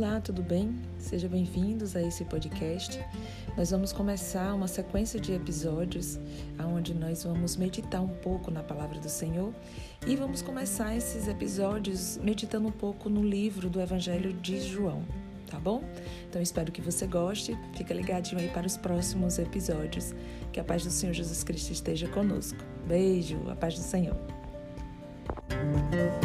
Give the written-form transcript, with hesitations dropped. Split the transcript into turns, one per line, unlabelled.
Olá, tudo bem? Sejam bem-vindos a esse podcast. Nós vamos começar uma sequência de episódios onde nós vamos meditar um pouco na Palavra do Senhor e vamos começar esses episódios meditando um pouco no livro do Evangelho de João, tá bom? Então espero que você goste, fica ligadinho aí para os próximos episódios. Que a paz do Senhor Jesus Cristo esteja conosco. Beijo, a paz do Senhor.